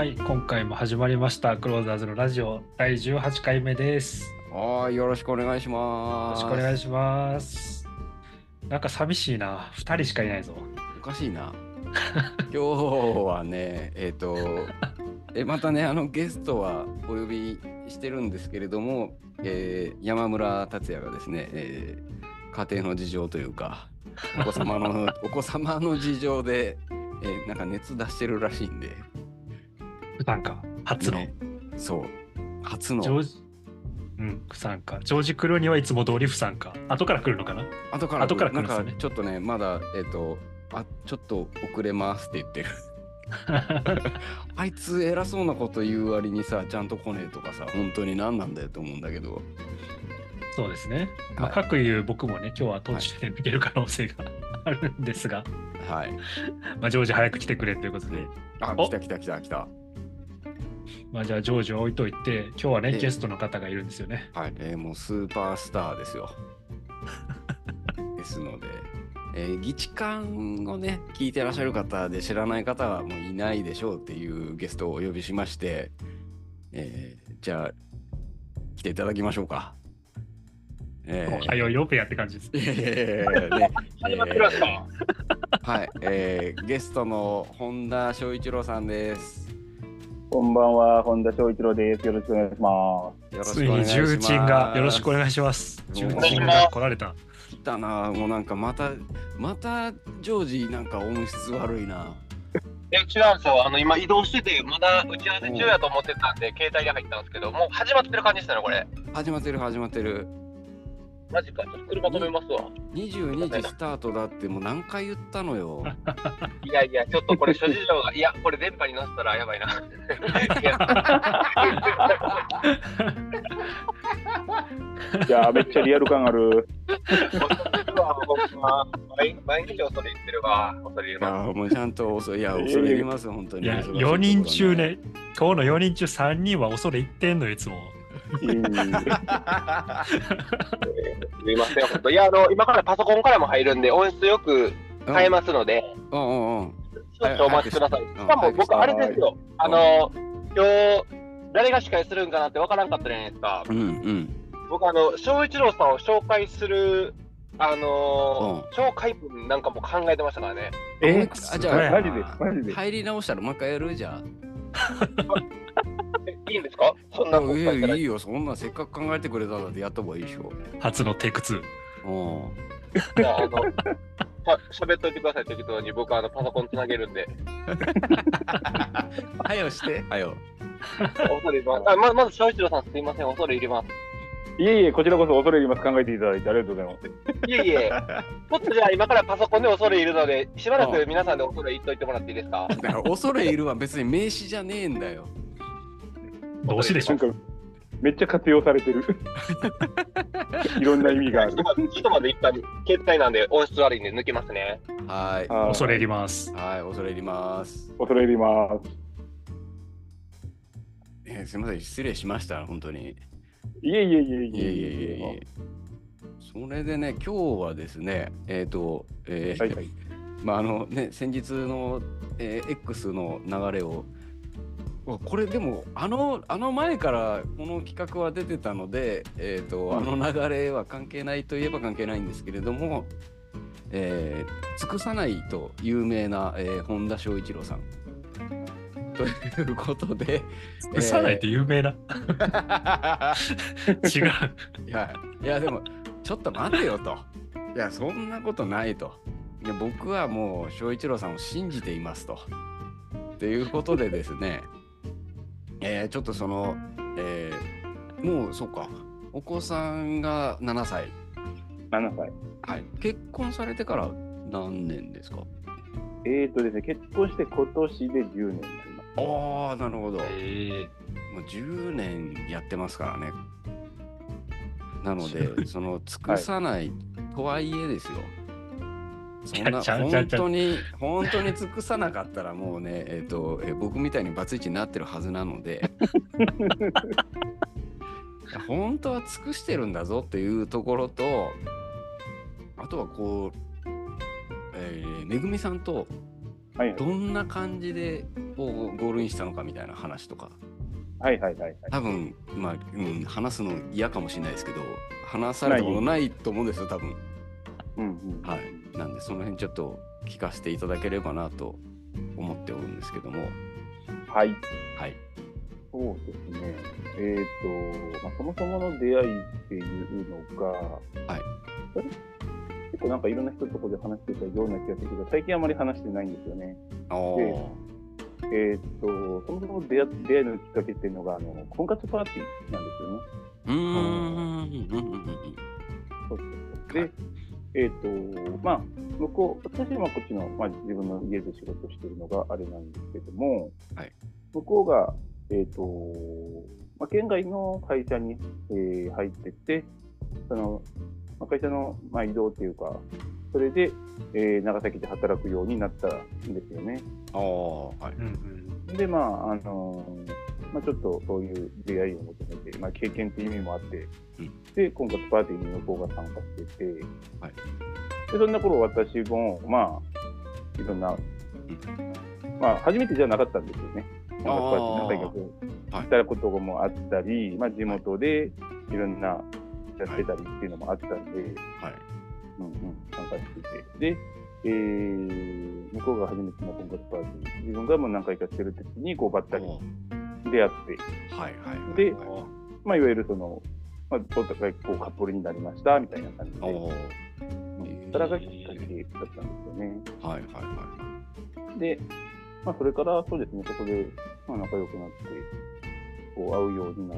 はい、今回も始まりましたクローザーズのラジオ第18回目です。 はい、よろしくお願いしよろしくおます。 願いします。なんか寂しいな、2人しかいないぞ。 おかしいな。今日はね、またね、ゲストはお呼びしてるんですけれども、山村達也がですね、家庭の事情というか、お子様の事情で、なんか熱出してるらしいんで、 不参加、初の、 ね、そう、初の、 ジョージ、不参加。ジョージ来るにはいつも通り不参加。後から来るのかな。 後から後から来なんかるんですよね。 ちょっとね、まだ、ちょっと遅れますって言ってる。あいつ偉そうなこと言う割にさ、ちゃんと来ねえとかさ、本当に何なんだよと思うんだけど。 そうですね。まあ、 はいかくいう僕もね、今日は途中で抜ける可能性があるんですが、 はい。 まあ、ジョージ早く来てくれということで。 あ、 お来た。 まあ、じゃあジョージを置いといて、今日はね、 えゲストの方がいるんですよね。 はい、もうスーパースターですよ。ですので、議事館をね、聞いてらっしゃる方で知らない方はもういないでしょうっていうゲストをお呼びしまして、じゃあ、来ていただきましょうか。 おはよう呼べやって感じです。 ね、 始まってますか？ はい、ゲストの本田翔一郎さんです。 こんばんは、本田翔一郎です。よろしくお願いしまよろしついにくお願いします。 重鎮がよろしくお願いします。重鎮が来られた。 来たな、もうなんかまたジョージなんか音質悪いな。 違うんですよ。今移動してて、まだ打ち合わせ中やと思ってたんで、携帯で入ったんですけど、もう始まってる感じでしたね、これ。 始まってる。 マジか、ちょっと車止めますわ。 22時スタートだってもう何回言ったのよ。 いやいや、ちょっとこれ諸事情が、いや、これ電波に乗せたらやばいな。 いやーめっちゃリアル感ある。 毎日恐れ入ってるわ。恐れ入れいまやもうちゃんと恐れ入ります本当に。 いや、4人中ね、今日の4人中3人は恐れ入ってんのよ、いつも。 す。すいません、本当。いや、今からパソコンからも入るんで、音質よく変えますので、ちょっとお待ちください。しかも僕、あれですよ。今日、誰が司会するんかなって分からんかったじゃないですか。僕、翔一郎さんを紹介する、紹介文なんかも考えてましたからね。 じゃあマジで入り直したらもう一回やるじゃん。 いいんですか？そんなこといいよ、そんなせっかく考えてくれたんだってやった方がいいでしょ。 初のテイク2。 じゃあ、喋っといてください、適当に。僕、パソコンつなげるんで。 はよして、はよ。 恐れ入ります。まず、翔一郎さん、すいません、恐れ入ります。 いえいえ、こちらこそ恐れ入ります。考えていただいてありがとうございます。 いえいえ、ちょっとじゃあ、今からパソコンで恐れ入るので、しばらく皆さんで恐れ入っといてもらっていいですか？ だから恐れ入るは別に名詞じゃねえんだよ。 動詞でしょ。 なんかめっちゃ活用されてる。いろんな意味がある。 ひとまず一旦、携帯なんで音質悪いんで抜けますね。 はい。 恐れ入ります。 はい、恐れ入ります。 恐れ入ります。 すみません、失礼しました、本当に。 いえ。それでね、今日はですね、まあね、先日の、X の流れを、これでもあの前からこの企画は出てたので、あの流れは関係ないといえば関係ないんですけれども、尽くさないと有名な、本田翔一郎さんということで、 尽くさないって有名な、違う。 いやでもちょっと待てよと。いやそんなことないと。いや僕はもう翔一郎さんを信じていますと。ということでですね、ちょっとその、もうそうか、お子さんが7歳。 7歳。 はい。結婚されてから何年ですか？ ですね、結婚して今年で10年になります。 ああ、なるほど。もう10年やってますからね。なので、その尽くさないとはいえですよ。そんな本当に尽くさなかったらもうね、僕みたいにバツイチになってるはずなので本当は尽くしてるんだぞっていうところと、あとはこう、めぐみさんとはいはいどんな感じでゴールインしたのかみたいな話とか、 はいはいはいはい。 多分まあ、話すの嫌かもしれないですけど、話されたことないと思うんですよ、多分。 うんうん。 はい。なんでその辺ちょっと聞かせていただければなと思っておるんですけども。 はい。 はい。 そうですね。そもそもの出会いっていうのが、 はい。 結構なんかいろんな人とこで話してたような気がするけど、最近あまり話してないんですよね。そもそも出会いのきっかけっていうのが、婚活パーティーなんですよね。そうそうそうで、私はこっちの、自分の家で仕事してるのがあれなんですけども、 はい、 向こうが、県外の会社に、入ってて、会社の、移動っていうか、それで、長崎で働くようになったんですよね。 はい、 で、ちょっとそういう出会いを求めて、経験っていう意味もあって、で、婚活パーティーに向こうが参加してて、 はい、 でそんな頃私も、いろんな、初めてじゃなかったんですよね。婚活パーティー何回かこう、働くこともあったり、地元でいろんなやってたりっていうのもあったんで、参加してて、で、向こうが初めての婚活パーティー、自分がもう何回かしてる時にこうばったり出会って、で、いわゆるその、お互いこうカップルになりましたみたいな感じで、それがきっかけだったんですよね。で、それからそうですね、そこで仲良くなって、こう会うようになって、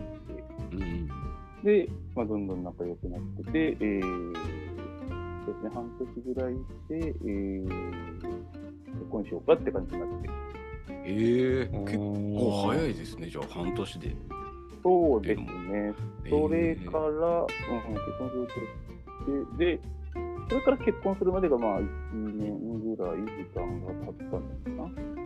で、どんどん仲良くなってて、そうですね、半年ぐらいで、結婚しようかって感じになって。 結構早いですね、じゃあ半年で。 そうですね。それから、結婚しようとして、で、それから結婚するまでが1年ぐらい時間が経ったのかな。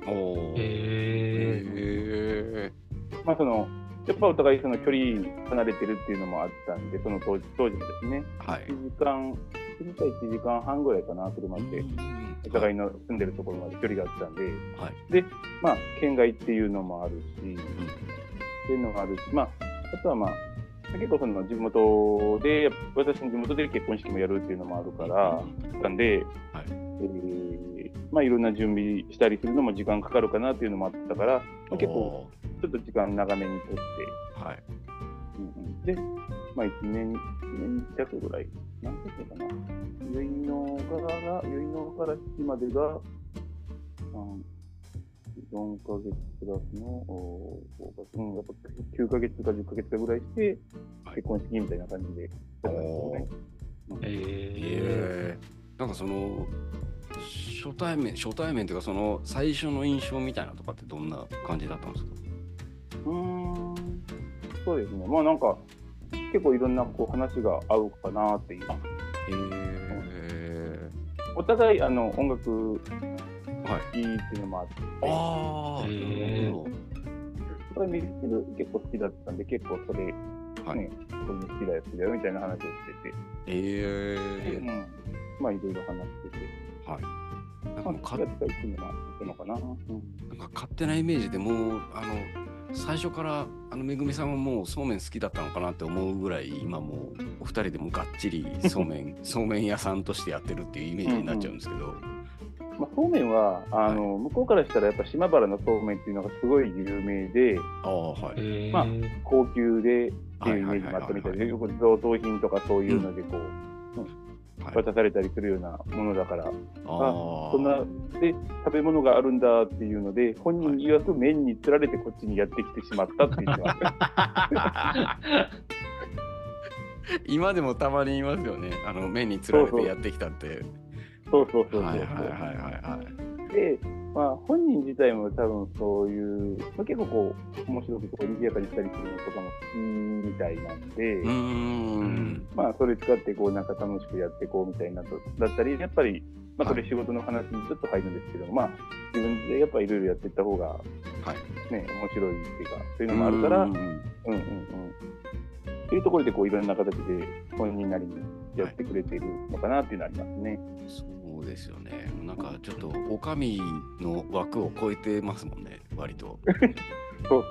やっぱお互いその距離離れてるっていうのもあったんで、その当時もですね、1時間半ぐらいかな、車で、お互いの住んでるところまで距離があったんで、で、県外っていうのもあるし、っていうのがあるし、あとは結構その地元で、私の地元で結婚式もやるっていうのもあるから、なんで、いろんな準備したりするのも時間かかるかなっていうのもあったから、結構ちょっと時間長めにとって、で、1年弱ぐらい、何ていうかな、結納から式までが、4ヶ月プラスのやっぱ9ヶ月か10ヶ月かぐらいして結婚式みたいな感じでやったんですよね。 なんかその初対面というかその最初の印象みたいなとかってどんな感じだったんですか？ そうですね。なんか結構いろんなこう話が合うかなっていう。お互い音楽いいっていうのもあって、それ見る結構好きだったんで、結構それ、そういう好きだよみたいな話をしてて、いろいろ話してて、なんか勝手なイメージでもう最初からめぐみさんはもうそうめん好きだったのかなって思うぐらい、今もうお二人でもがっちりそうめん屋さんとしてやってるっていうイメージになっちゃうんですけど。 そうめんは向こうからしたらやっぱ島原のそうめんっていうのがすごい有名で、高級でっていうイメージもあったみたいで、よく贈答品とかそういうのでこう、渡されたりするようなものだから、そんなで食べ物があるんだっていうので、本人曰く麺に釣られてこっちにやってきてしまったって言ってます。 今でもたまに言いますよね、麺に釣られてやってきたって。 そう。で、本人自体も多分そういう、結構こう面白くこう賑やかにしたりするのとかも好きみたいなんで、それ使ってこうなんか楽しくやっていこうみたいなだったり、やっぱりそれ仕事の話にちょっと入るんですけど、自分でやっぱいろいろやっていった方がね、面白いっていうか、そういうのもあるから、っていうところでこういろんな形で本人なりにやってくれているのかなっていうのはありますね。 そうそうですよね。なんかちょっとお上の枠を超えてますもんね、割と。 そう。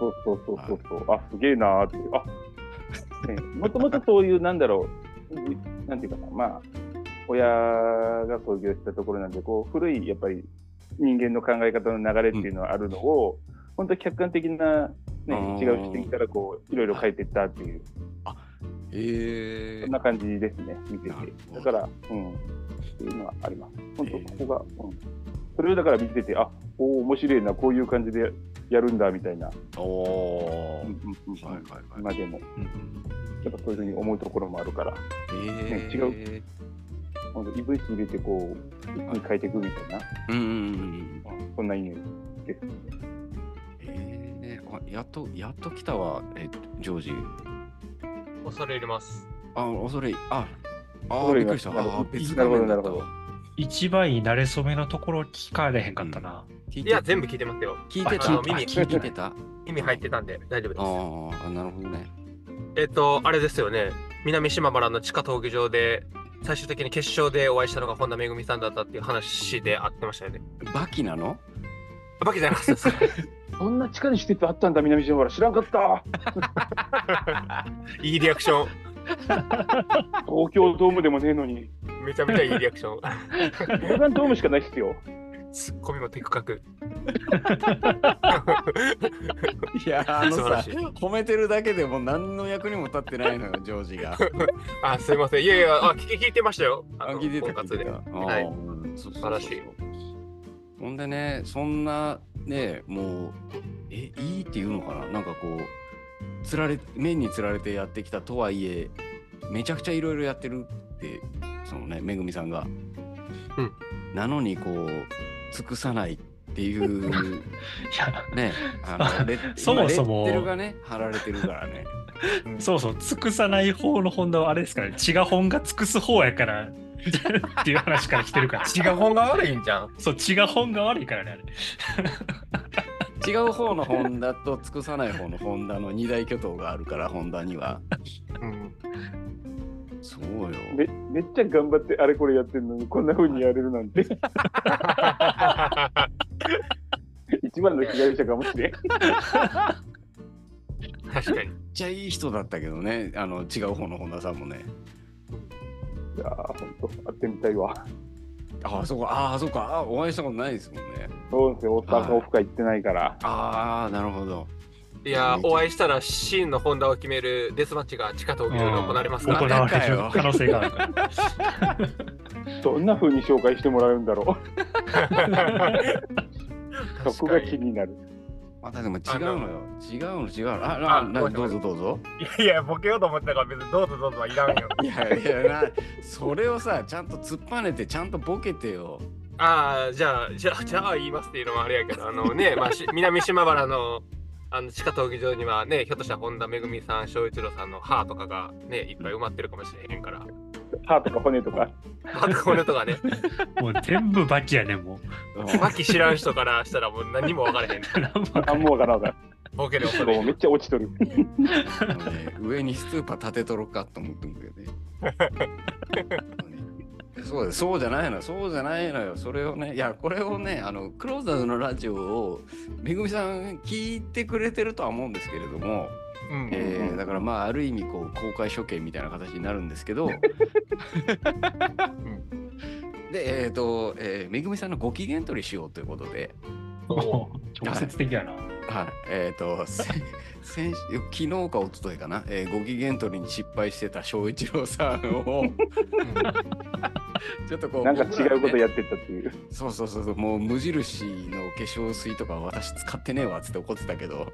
あ、すげえなーって。もともとそういう、なんていうかな、まあ、親が創業したところなんで、こう、古い、やっぱり人間の考え方の流れっていうのはあるのを、本当に客観的な、ね、違う視点からこう、いろいろ変えていったっていう。そんな感じですね、見てて。だから、そういうのはあります。本当、ここが、それをだから見てて、面白いな、こういう感じでやるんだみたいな。今でも、やっぱそういうふうに思うところもあるから、違う。本当、異分子入れて、こう、一気に変えていくみたいな。そんなイメージです。 やっと来たわ、ジョージ。 恐れ入れます。 恐れびっくりした。別なるほど。 一番いい慣れ初めのところ聞かれへんかったな。 いや、全部聞いてますよ。 聞いてた耳入ってたんで大丈夫です。 なるほどね。 あれですよね。南島原の地下闘技場で最終的に決勝でお会いしたのが本田めぐみさんだったっていう話であってましたよね。 バキなの？ バキじゃなかったです。 そんな地下に施設あったんだ、南島原。知らんかった。 いいリアクション。 東京ドームでもねえのに。 めちゃめちゃいいリアクション。 オルガンドームしかないっすよ。 ツッコミもテクカク。 いや、褒めてるだけでも何の役にも立ってないのよ、ジョージが。 すいません。いや聞いてましたよ。 聞いてた。 はい。素晴らしい。 ほんでね、そんなね、もういいっていうのかな、なんかこう面につられてやってきたとはいえ、めちゃくちゃいろいろやってるってそのね、めぐみさんが、なのにこう尽くさないっていうね、 そもそもレッテルがね貼られてるからね。 そう尽くさない方の本田はあれですからね、血が本が尽くす方やからっていう話から来てるから。 血が本が悪いんじゃん。 そう、血が本が悪いからね、 あれ。違う方の本田と尽くさない方の本田の二大巨頭があるから、本田には。そうよ。 めっちゃ頑張ってあれこれやってるのにこんな風にやれるなんて。一番の被害者かもしれん。 確かに。 めっちゃいい人だったけどね、違う方の本田さんもね。 いやー、ほんと、会ってみたいわ。 そうか、お会いしたことないですもんね。 そうですよ、大阪オフ会行ってないから。 なるほど。 いや、お会いしたら真の本田を決めるデスマッチが地下闘技場で行われますから。 行われる可能性があるから。 どんな風に紹介してもらうんだろう。そこが気になる。 またでも違うのよ。違う。どうぞ。 いや、ボケようと思ったから別にどうぞはいらんよ。 いや、それをさ、ちゃんと突っぱねて、ちゃんとボケてよ。 じゃあ言いますっていうのもあれやけど、南島原の地下闘技場にはね、ひょっとしたら本田めぐみさん、翔一郎さんの歯とかがね、いっぱい埋まってるかもしれへんから。 歯とか骨とか。 歯とか骨とかね。 もう全部バキやね、もう。バキ知らん人からしたらもう何も分からへん。 何も分からん。 ボケで恐れる。 めっちゃ落ちとる。 上にストゥーパー立てとろかと思ってんだけどね。そうじゃないのよ。それをね、いや、これをね、クローザーズのラジオをめぐみさん聞いてくれてるとは思うんですけれども、だからまあある意味こう公開処刑みたいな形になるんですけど、でめぐみさんのご機嫌取りしようということで、 直接的やな。 昨日か一昨日かな、ご機嫌取りに失敗してた翔一郎さんをちょっとこうなんか違うことやってたっていう。 そうもう無印の化粧水とか私使ってねえわっつって怒ってたけど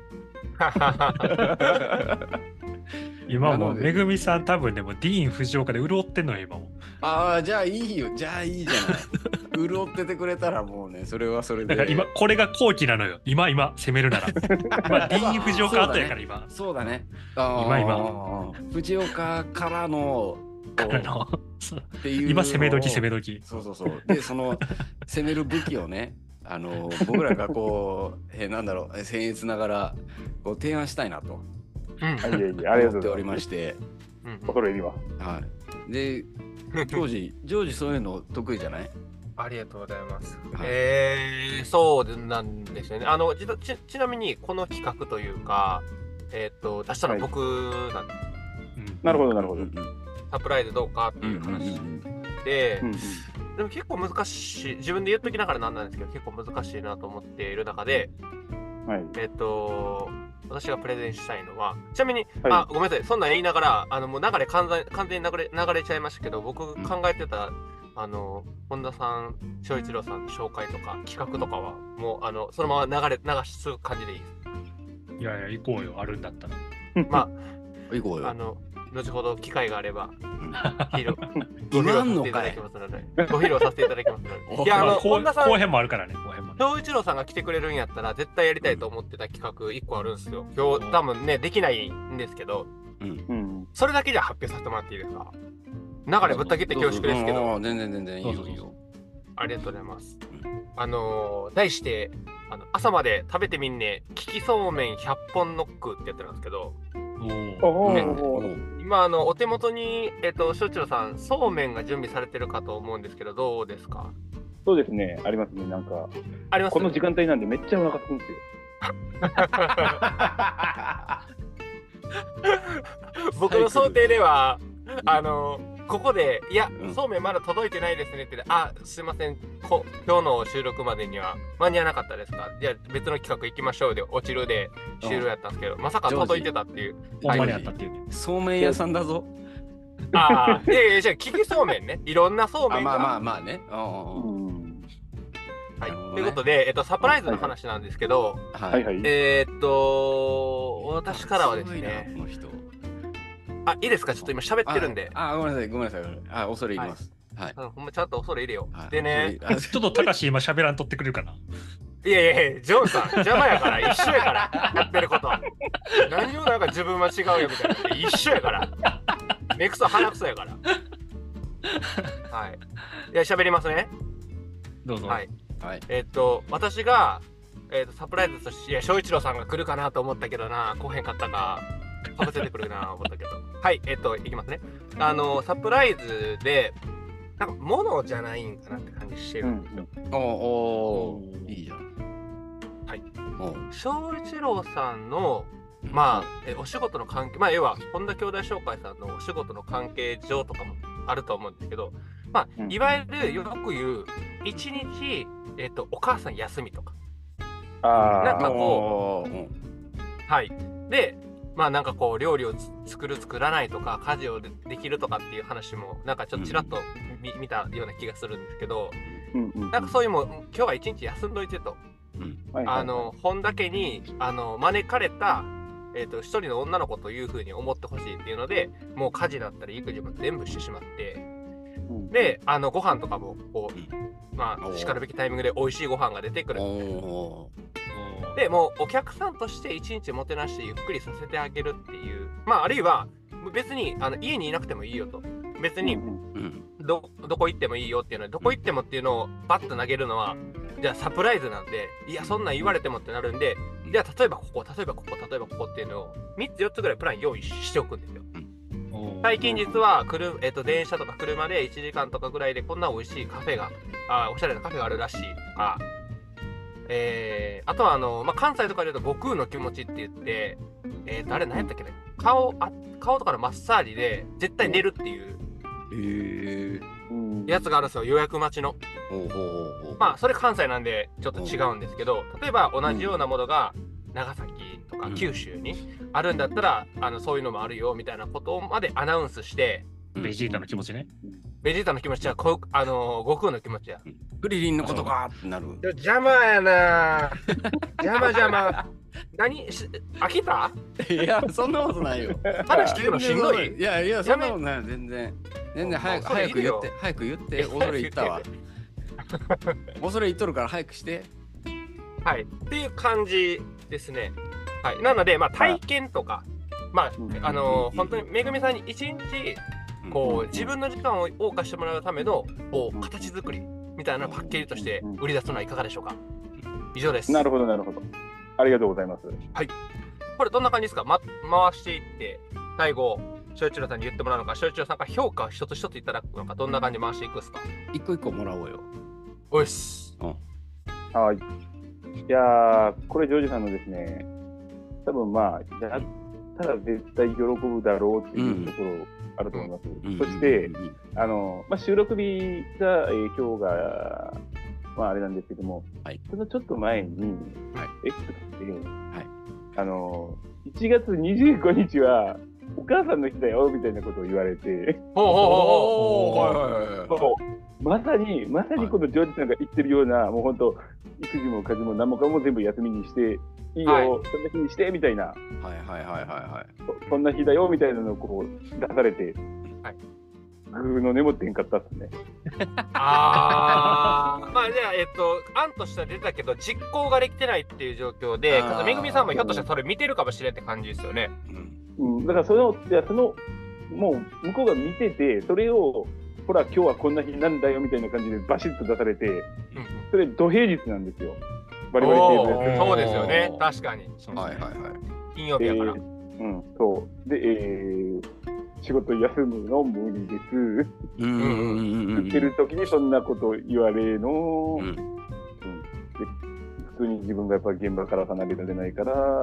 今もめぐみさん多分でもディーン・フジオカで潤ってんのよ今も。 じゃあいいよ、じゃあいいじゃない潤っててくれたらもうね、それはそれで。 だから今これが後期なのよ。今攻めるならディーン・フジオカ後やから今。 そうだね。 今藤岡からのっていう今攻め時。 そうでその攻める武器をね、僕らがこう僭越ながらこう提案したいなと思っておりまして、 恐れ入りは。 でジョージそういうの得意じゃない？ ありがとうございます。 はいそうなんですよね。ちなみにこの企画というか、出したの僕なんです。 なるほど、なるほど。 サプライズどうかっていう話で、でも結構難しい、自分で言っときながらなんなんですけど、結構難しいなと思っている中で、 はい。 私がプレゼンしたいのは、ちなみに、ごめんなさい、そんなん言いながら、もう流れ完全に流れちゃいましたけど、僕考えてた、本田さん、翔一郎さんの紹介とか企画とかは、もうそのまま流す感じでいいです。 いやいや、行こうよ、あるんだったら。 まあ、行こうよ。 後ほど機会があれば、 言わんのかい。 ご披露させていただきますので。いや、 本田さん、後編もあるからね、後編も。 翔一郎さんが来てくれるんやったら、絶対やりたいと思ってた企画1個あるんですよ。今日、多分ね、できないんですけど、それだけじゃ発表させてもらっていいですか？流れぶった切って恐縮ですけど。 全然いいよ。 ありがとうございます。題して、朝まで食べてみんね、利きそうめん100本ノックってやってるんですけど、今お手元に翔一郎さんそうめんが準備されてるかと思うんですけど、どうですか？ そうですね、ありますね。なんかあります、 この時間帯なんでめっちゃお腹すくんですよ。 僕の想定ではここでいや、そうめんまだ届いてないですねって、すいません、今日の収録までには間に合わなかったですか、じゃあ別の企画行きましょうで落ちるで終了やったんですけど、まさか届いてたっていう。 ほんまにあったっていうね。 そうめん屋さんだぞ。 じゃあ利きそうめんね、いろんなそうめんが。 まあね。 はい、ということで、サプライズの話なんですけど、私からはですね、いいですか、ちょっと今喋ってるんで。 ごめんなさい。恐れ入ります。はい。 ほんまちゃんと恐れ入れよ。でね、 ちょっと高橋今喋らんとってくれるかな。 いや、ジョンさん、邪魔やから、一緒やから、やってることは。何をなんか自分は違うよみたいな。一緒やから。目くそ鼻くそやから。はい。いや、喋りますね。 どうぞ。 はい。私が、サプライズとして、いや、翔一郎さんが来るかなと思ったけどな、来へんかったか、かぶせてくるな、思ったけど。はい、いきますね。サプライズで、なんか、物じゃないんかなって感じしてるんですよ。 いいじゃん。 はい。翔一郎さんの、まあ、お仕事の関係、まあ、要は、本田兄弟商会さんのお仕事の関係上とかもあると思うんですけど、まあ、いわゆるよく言う、一日、お母さん休みとか。なんかこう、はい。で、まあなんかこう料理を作らないとか家事をできるとかっていう話もなんかちょっとちらっと見たような気がするんですけど、なんかそういうも今日は一日休んどいてと、本田家に招かれた一人の女の子というふうに思ってほしいっていうので、もう家事だったり育児も全部してしまって、でご飯とかもこうまあしかるべきタイミングで美味しいご飯が出てくる。でもうお客さんとして一日もてなしてゆっくりさせてあげるっていう、まああるいは別に家にいなくてもいいよと、別にどこ行ってもいいよっていうのは、どこ行ってもっていうのをバッと投げるのはじゃあサプライズなんで、いやそんなん言われてもってなるんで、じゃあ例えばここっていうのを3つ4つぐらいプラン用意しておくんですよ。最近実は電車とか車で1時間とかぐらいでこんな美味しいカフェがおしゃれなカフェがあるらしいとか、あとはまあ、関西とかで言うと悟空の気持ちって言って、あれ何やったっけね、顔とかのマッサージで絶対寝るっていうやつがあるんですよ、予約待ちの。まあそれ関西なんでちょっと違うんですけど、例えば同じようなものが長崎とか九州にあるんだったら、そういうのもあるよみたいなことまでアナウンスして、 ベジータの気持ちね。 ベジータの気持ちは悟空の気持ちや。 クリリンのことかってなる。 邪魔やな。邪魔。何飽きた？ いや、そんなことないよ。 話聞くのしんどい？ いや、そんなことない。全然早く言って、恐れ言ったわ。恐れ言っとるから早くして。 はい。っていう感じですね。はい。なので、まあ体験とか、まあ本当にめぐみさんに一日こう自分の時間を謳歌してもらうためのこう形作りみたいなパッケージとして売り出すのはいかがでしょうか。以上です。 なるほど。ありがとうございます。 はい。これどんな感じですか？回していって最後翔一郎さんに言ってもらうのか、翔一郎さんから評価を一つ一ついただくのか、どんな感じで回していくですか？ 一個一個もらおうよ。 おいし。 はい。いやー、これジョージさんのですね、多分まあ、やったら絶対喜ぶだろうっていうところあると思います。そして、収録日が、今日が、まああれなんですけども、そのちょっと前に、X で、1月25日は、お母さんの日だよみたいなことを言われて、まさにこのジョージさんが言ってるような、もう本当、育児も家事も何もかも全部休みにして、いいよ、そんな日にしてみたいな、そんな日だよみたいなのをこう出されて、グーの根も出んかったっすね。 まあじゃあ、案としては出たけど、実行ができてないっていう状況で、めぐみさんもひょっとしたらそれ見てるかもしれんって感じですよね。 だからそのもう向こうが見てて、それをほら今日はこんな日なんだよみたいな感じでバシッと出されて、それ土平日なんですよ。バリバリテーブルで。 そうですよね。確かに。金曜日やから。 そうで、仕事休むの無理です。言ってる時にそんなこと言われの、普通に自分がやっぱり現場から離れられないから、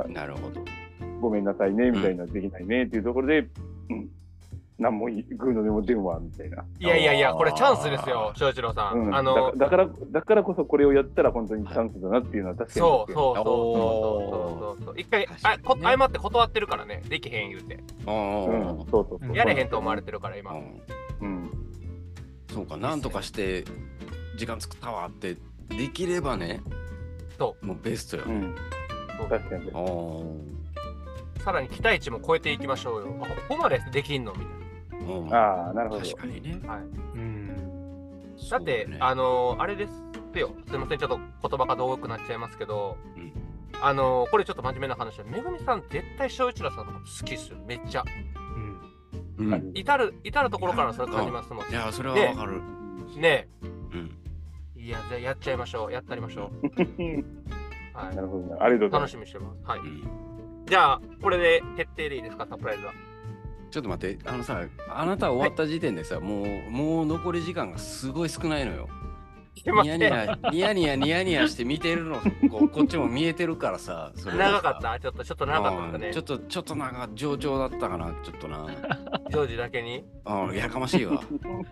なるほど。 ごめんなさいねみたいな、できないねっていうところで、何もグーのでも電話みたいな。 いや、これチャンスですよ、翔一郎さん。 だからこそこれをやったら本当にチャンスだなっていうのは確かに。 そう。一回謝って断ってるからね、できへん言うて。やれへんと思われてるから今。 そうか、なんとかして時間作ったわってできればね、もうベストよね。 確かに。 さらに期待値も超えていきましょうよ。ここまでできんのみたいな。 なるほど。 確かにね。 だってあれですよ。すみません、ちょっと言葉が多くなっちゃいますけど、これちょっと真面目な話で、めぐみさん絶対翔一郎さんのこと好きっすよ、めっちゃ。至るところからそれ感じますもん。 いや、それはわかる。 ねえ。いや、じゃあやっちゃいましょう。やったりましょう。 なるほど。ありがとうございます。 楽しみにしてます。はい。じゃあ、これで決定でいいですか、サプライズは。 ちょっと待って、あなた終わった時点でさ、もう残り時間がすごい少ないのよ。ニヤニヤして見てるの、こっちも見えてるからさ。 長かった、ちょっと長かったね。 ちょっとなんか上調だったかな、ちょっとな。 ジョージだけにやかましいわ。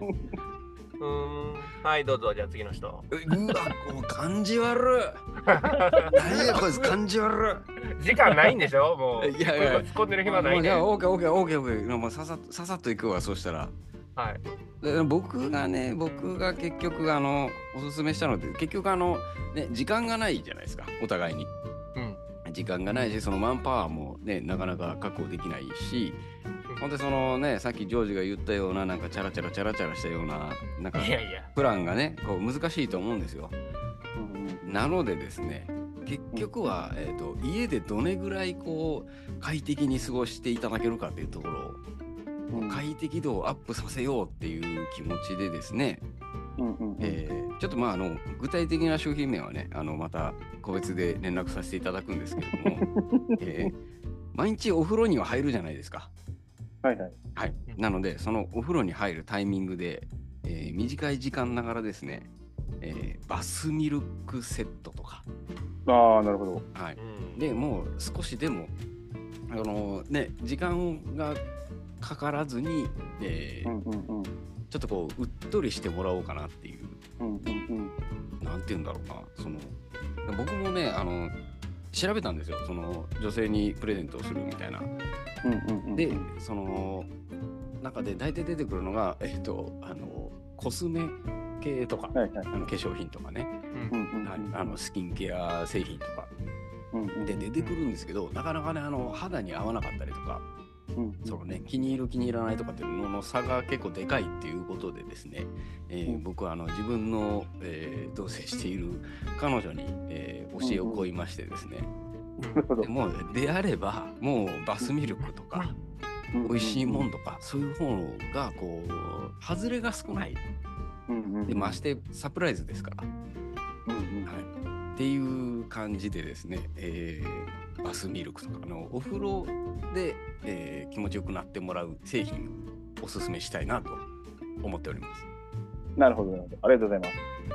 はい、どうぞ、じゃあ次の人。 うわ、もう感じ悪い。何やこいつ、感じ悪い。時間ないんでしょもう。 いや、 突っ込んでる暇ないね。 じゃあ、オーケー。もうささっといくわ、そうしたら。 はい。 僕が結局おすすめしたので、結局ね、時間がないじゃないですか、お互いに。時間がないし、そのマンパワーもね、なかなか確保できないし、ほんでそのね、さっきジョージが言ったような、なんかチャラチャラしたような、なんかプランがね、こう難しいと思うんですよ。なのでですね、結局は、家でどれぐらいこう快適に過ごしていただけるかっていうところを、快適度をアップさせようっていう気持ちでですね、ちょっと具体的な商品名はね、また個別で連絡させていただくんですけれども、毎日お風呂には入るじゃないですか。 はい。 なので、そのお風呂に入るタイミングで、短い時間ながらですね、バスミルクセットとか。 なるほど。 でもう少しでも時間がかからずに、ちょっとこううっとりしてもらおうかなっていう、なんて言うんだろうな、僕もね調べたんですよ、その女性にプレゼントをするみたいな。でその中で大体出てくるのがコスメ系とか、化粧品とかね、スキンケア製品とかで出てくるんですけど、なかなかね肌に合わなかったりとか、そのね、気に入る気に入らないとかっていうのの差が結構でかいっていうことでですね、僕は自分の、同棲している彼女に、教えを請いましてですね、もうであればもうバスミルクとか美味しいもんとかそういう方がこう外れが少ないで、ましてサプライズですから、っていう感じでですね、バスミルクとかお風呂で、気持ちよくなってもらう製品をおすすめしたいなと思っております。 なるほど、ありがとうございます。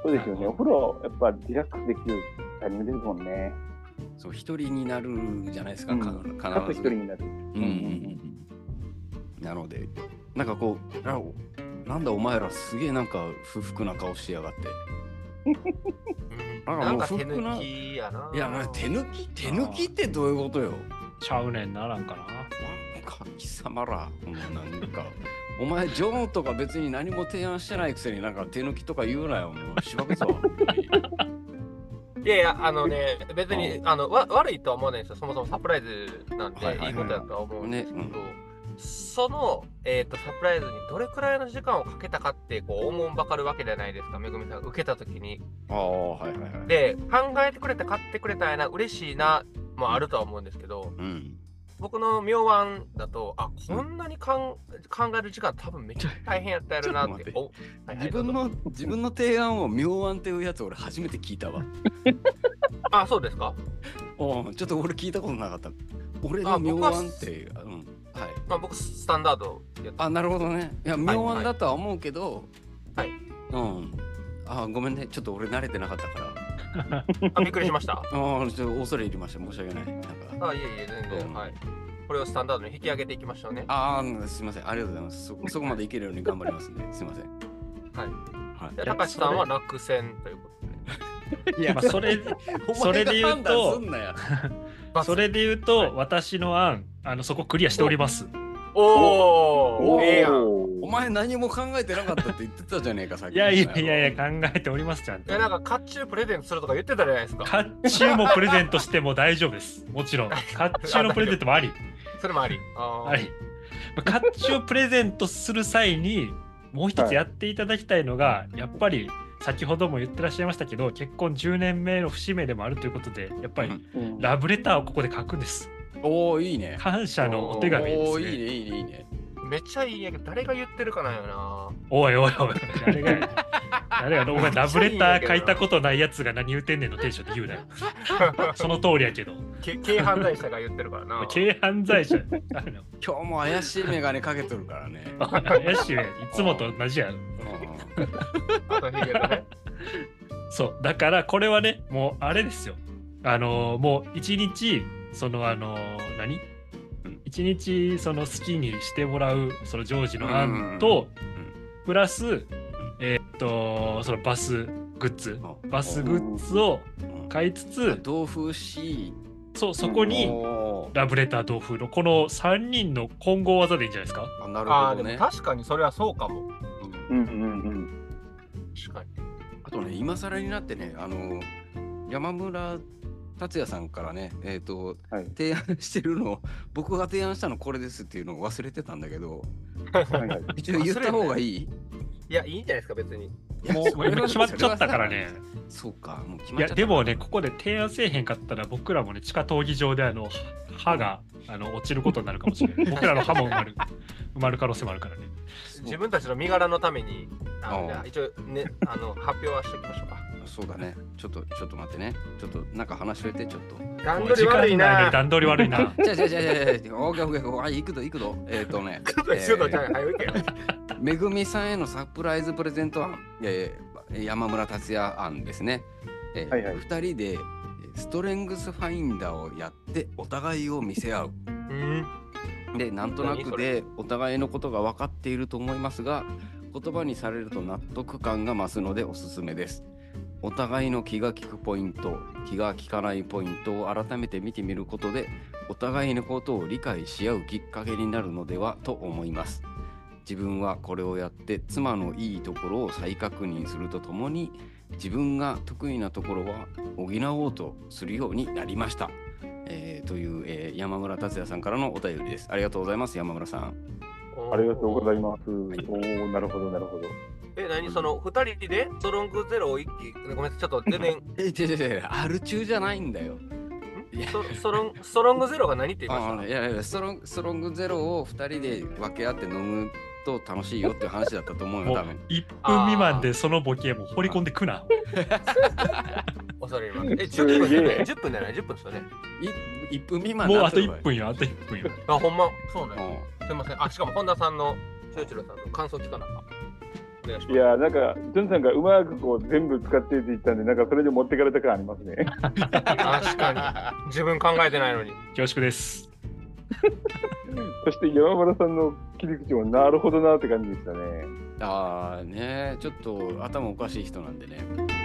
そうですよね。お風呂、やっぱリラックスできるタイミングですもんね。 そう、一人になるじゃないですか、必ず。 かつ一人になる。 なので、なんかこう、なんだお前らすげえなんか不服な顔しやがって。 なんか手抜きやな。 いや、手抜きってどういうことよ。 ちゃうねんならんかな。 貴様ら、なんか、お前、ジョンとか別に何も提案してないくせになんか手抜きとか言うなよ、もう、しばくぞ。 いやいや、別に悪いとは思わないんですよ。そもそもサプライズなんで、いいことだとは思うんですけど、その、サプライズにどれくらいの時間をかけたかって思うばかるわけじゃないですか、めぐみさんが受けたときに。で、考えてくれて買ってくれたやな、嬉しいな、もあるとは思うんですけど、僕の妙案だと、こんなに考える時間多分めっちゃ大変やったやるなって。 自分の提案を妙案っていうやつ俺初めて聞いたわ。 あ、そうですか？ ちょっと俺聞いたことなかった。俺の妙案っていう。 僕スタンダードやった。 なるほどね。いや、妙案だとは思うけど、ごめんね。ちょっと俺慣れてなかったから。 びっくりしました。 ちょっと恐れ入りました。申し訳ない。 いえ、全然。はい。これをスタンダードに引き上げていきましょうね。 すみません。ありがとうございます。そこまでいけるように頑張りますんで、すみません。 高橋さんは落選ということで。 いや、それで言うと、私の案、そこクリアしております。 お前何も考えてなかったって言ってたじゃねえか、さっき。 いや、考えております、ちゃんと。 なんか、甲冑プレゼントするとか言ってたじゃないですか。 甲冑もプレゼントしても大丈夫です。もちろん。甲冑のプレゼントもあり。 それもあり。 甲冑をプレゼントする際に、もう一つやっていただきたいのが、やっぱり、先ほども言ってらっしゃいましたけど、結婚10年目の節目でもあるということで、やっぱりラブレターをここで書くんです。 いいね。 感謝のお手紙ですね。 いいね。めっちゃいいやけど、誰が言ってるかなんよな。 おい、誰がお前ラブレター書いたことないやつが何言うてんねんのテンションで言うなよ。その通りやけど。 軽犯罪者が言ってるからな。 軽犯罪者。 今日も怪しいメガネかけとるからね。 怪しいね。いつもと同じや。そう、だからこれはね、もうあれですよ。もう一日、一日その好きにしてもらうそのジョージの案と、プラスそのバスグッズを買いつつ、 同封し、 そこにラブレター同封のこの3人の混合技でいいんじゃないですか。 なるほどね。 でも確かにそれはそうかも。確かに。 あとね、今更になってね、山村達也さんからね、提案してるのを、僕が提案したのこれですっていうのを忘れてたんだけど、一応言った方がいい？ いや、いいんじゃないですか、別に。 もう決まっちゃったからね。 そうか、もう決まっちゃった。 いや、でもね、ここで提案せえへんかったら、僕らもね、地下闘技場で歯が落ちることになるかもしれない。僕らの歯も埋まる可能性もあるからね。 自分たちの身柄のために、一応ね、発表はしておきましょうか。 そうだね。ちょっと待ってね。ちょっとなんか話しといて、ちょっと。 段取り悪いな。 段取り悪いな。 じゃあ、オーケー。行くぞ。めぐみさんへのサプライズプレゼント案、山村達也案ですね。2人でストレングスファインダーをやってお互いを見せ合う。で、なんとなくでお互いのことが分かっていると思いますが、言葉にされると納得感が増すのでおすすめです。お互いの気が利くポイント、気が利かないポイントを改めて見てみることで、お互いのことを理解し合うきっかけになるのではと思います。自分はこれをやって妻のいいところを再確認するとともに、自分が得意なところは補おうとするようになりました。という、山村達也さんからのお便りです。ありがとうございます、山村さん。 ありがとうございます。なるほど。 何その2人でストロングゼロを一気、ごめんなさい、ちょっと全然。 アル中じゃないんだよ。 ストロングゼロが何って言いました？ いや、ストロングゼロを2人で分け合って飲むと楽しいよっていう話だったと思うよ、多分。 1分未満でそのボケも掘り込んでくな。 恐れ入ります。10分じゃない？10分じゃない？10分ですよね。 1分未満もうあと1分よ、あと1分よ。 ほんま、そうね。すいません。しかも本田さんの、翔一郎さんの感想聞かなかった。 お願いします。 いや、なんか、ジョンさんがうまくこう全部使ってって言ったんで、なんかそれで持ってかれた感ありますね。 確かに。自分考えてないのに。 恐縮です。 そして山村さんの切り口もなるほどなって感じでしたね。 ああね、ちょっと頭おかしい人なんでね。